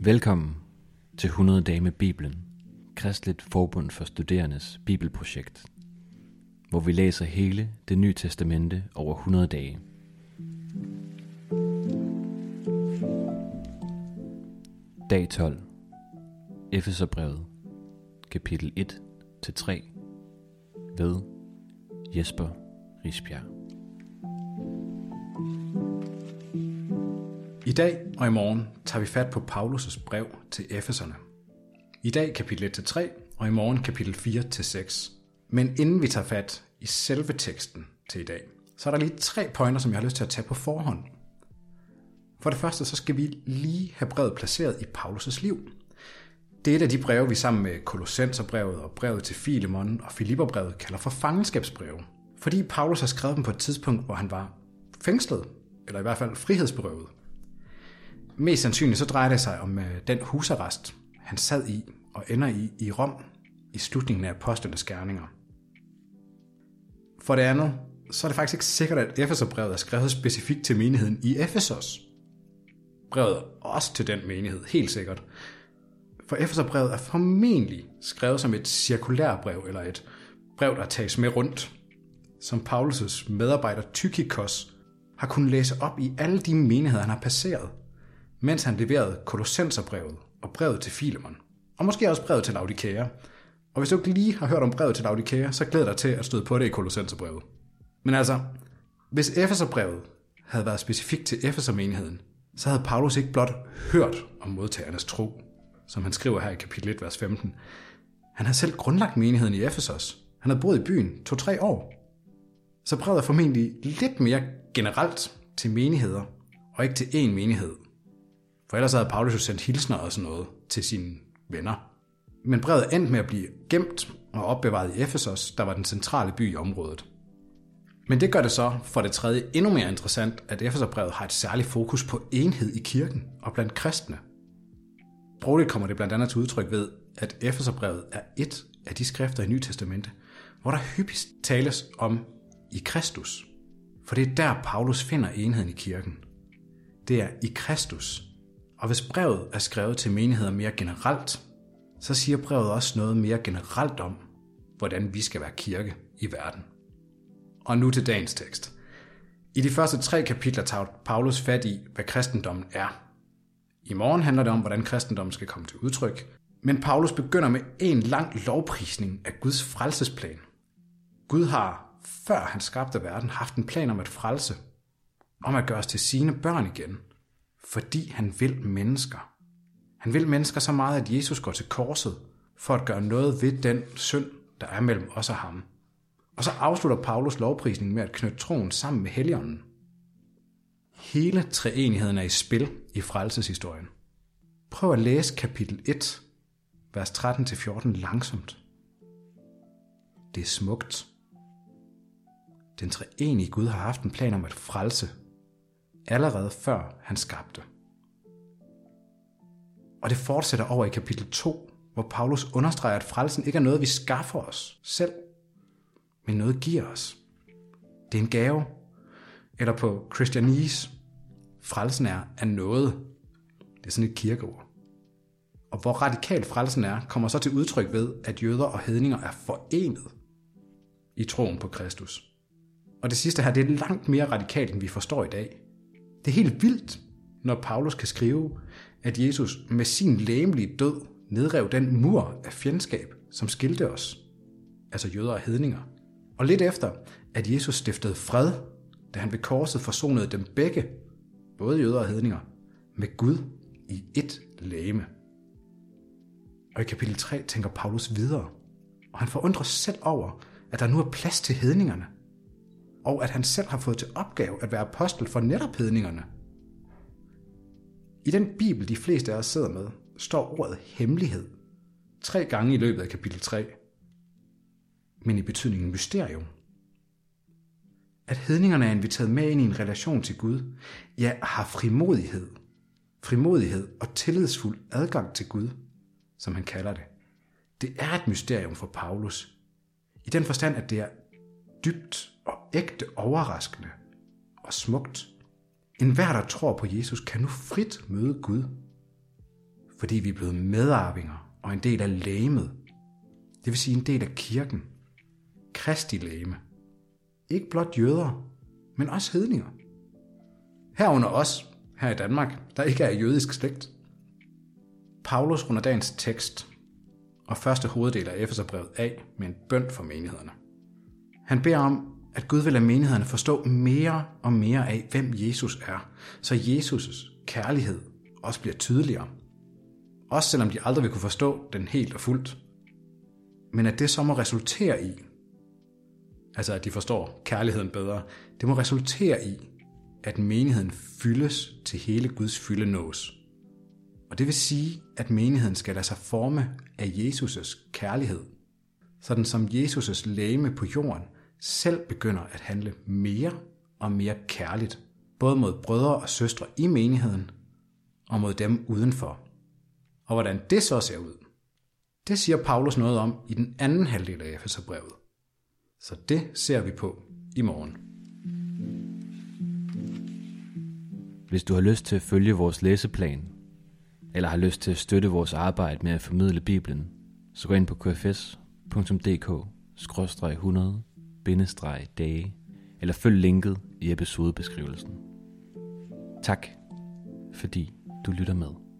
Velkommen til 100 dage med Bibelen, Kristeligt Forbund for Studerendes Bibelprojekt, hvor vi læser hele det nye testamente over 100 dage. Dag 12. Efeserbrevet, kapitel 1-3, ved Jesper Risbjerg. I dag og i morgen tager vi fat på Paulus' brev til Efeserne. I dag kapitel 1-3 og i morgen kapitel 4-6. Men inden vi tager fat i selve teksten til i dag, så er der lige 3 pointer, som jeg har lyst til at tage på forhånd. For det første, så skal vi lige have brevet placeret i Paulus' liv. Det er et af de breve, vi sammen med Kolossenserbrevet og brevet til Filemon og Filipperbrevet kalder for fangenskabsbreve. Fordi Paulus har skrevet dem på et tidspunkt, hvor han var fængslet, eller i hvert fald frihedsberøvet. Mest sandsynligt så drejer det sig om den husarrest, han sad i og ender i Rom i slutningen af apostlenes gerninger. For det andet, så er det faktisk ikke sikkert, at Efeserbrevet er skrevet specifikt til menigheden i Efesos. Brevet er også til den menighed, helt sikkert. For Efeserbrevet er formentlig skrevet som et cirkulærbrev, eller et brev, der tages med rundt, som Paulus' medarbejder Tychikos har kunnet læse op i alle de menigheder, han har passeret, mens han leverede Kolossenserbrevet og brevet til Filemon, og måske også brevet til Laodikea. Og hvis du ikke lige har hørt om brevet til Laodikea, så glæder dig til at støde på det i Kolossenserbrevet. Men altså, hvis Efeserbrevet havde været specifikt til Efesermenigheden, så havde Paulus ikke blot hørt om modtagernes tro, som han skriver her i kapitel 1, vers 15. Han havde selv grundlagt menigheden i Efesos. Han havde boet i byen 2-3 år. Så brevet er formentlig lidt mere generelt til menigheder, og ikke til én menighed. For ellers havde Paulus jo sendt hilsner og sådan noget til sine venner. Men brevet endte med at blive gemt og opbevaret i Efesos, der var den centrale by i området. Men det gør det så for det tredje endnu mere interessant, at Efeserbrevet har et særligt fokus på enhed i kirken og blandt kristne. Sprogligt kommer det blandt andet til udtryk ved, at Efeserbrevet er et af de skrifter i Nye Testamente, hvor der hyppigst tales om i Kristus. For det er der, Paulus finder enheden i kirken. Det er i Kristus. Og hvis brevet er skrevet til menigheder mere generelt, så siger brevet også noget mere generelt om, hvordan vi skal være kirke i verden. Og nu til dagens tekst. I de første 3 kapitler tager Paulus fat i, hvad kristendommen er. I morgen handler det om, hvordan kristendommen skal komme til udtryk. Men Paulus begynder med en lang lovprisning af Guds frelsesplan. Gud har, før han skabte verden, haft en plan om at frelse, om at gøre os til sine børn igen, fordi han vil mennesker. Han vil mennesker så meget, at Jesus går til korset for at gøre noget ved den synd, der er mellem os og ham. Og så afslutter Paulus lovprisningen med at knytte troen sammen med Helligånden. Hele treenigheden er i spil i frelseshistorien. Prøv at læse kapitel 1, vers 13-14 langsomt. Det er smukt. Den treenige Gud har haft en plan om at frelse, allerede før han skabte. Og det fortsætter over i kapitel 2, hvor Paulus understreger, at frelsen ikke er noget, vi skaffer os selv, men noget giver os. Det er en gave. Eller på Christianese, frelsen er af noget. Det er sådan et kirkeord. Og hvor radikal frelsen er, kommer så til udtryk ved, at jøder og hedninger er forenet i troen på Kristus. Og det sidste her, det er langt mere radikalt, end vi forstår i dag. Det er helt vildt, når Paulus kan skrive, at Jesus med sin legemlige død nedrev den mur af fjendskab, som skilte os, altså jøder og hedninger. Og lidt efter, at Jesus stiftede fred, da han ved korset forsonede dem begge, både jøder og hedninger, med Gud i ét legeme. Og i kapitel 3 tænker Paulus videre, og han forundrer selv over, at der nu er plads til hedningerne, og at han selv har fået til opgave at være apostel for netop hedningerne. I den bibel, de fleste af os sidder med, står ordet hemmelighed 3 gange i løbet af kapitel 3, men i betydningen mysterium. At hedningerne er inviteret med ind i en relation til Gud, ja, har frimodighed og tillidsfuld adgang til Gud, som han kalder det. Det er et mysterium for Paulus, i den forstand, at det er dybt og ægte overraskende og smukt. Enhver, der tror på Jesus, kan nu frit møde Gud. fordi vi er blevet medarvinger og en del af legemet. Det vil sige en del af kirken. Kristi legeme. Ikke blot jøder, men også hedninger. Herunder os, her i Danmark, der ikke er jødisk slægt. Paulus runder dagens tekst og første hoveddel af Efeserbrevet af med en bøn for menighederne. Han beder om, at Gud vil lade menighederne forstå mere og mere af, hvem Jesus er, så Jesus' kærlighed også bliver tydeligere. Også selvom de aldrig vil kunne forstå den helt og fuldt. Men at det så må resultere i, altså at de forstår kærligheden bedre, det må resultere i, at menigheden fyldes til hele Guds fylde nås. Og det vil sige, at menigheden skal lade sig forme af Jesus' kærlighed, sådan som Jesus' legeme på jorden selv begynder at handle mere og mere kærligt, både mod brødre og søstre i menigheden og mod dem udenfor. Og hvordan det så ser ud, det siger Paulus noget om i den anden halvdel af Efeserbrevet. Så det ser vi på i morgen. Hvis du har lyst til at følge vores læseplan, eller har lyst til at støtte vores arbejde med at formidle Bibelen, så gå ind på kfs.dk/100-dage, eller følg linket i episodebeskrivelsen. Tak, fordi du lytter med.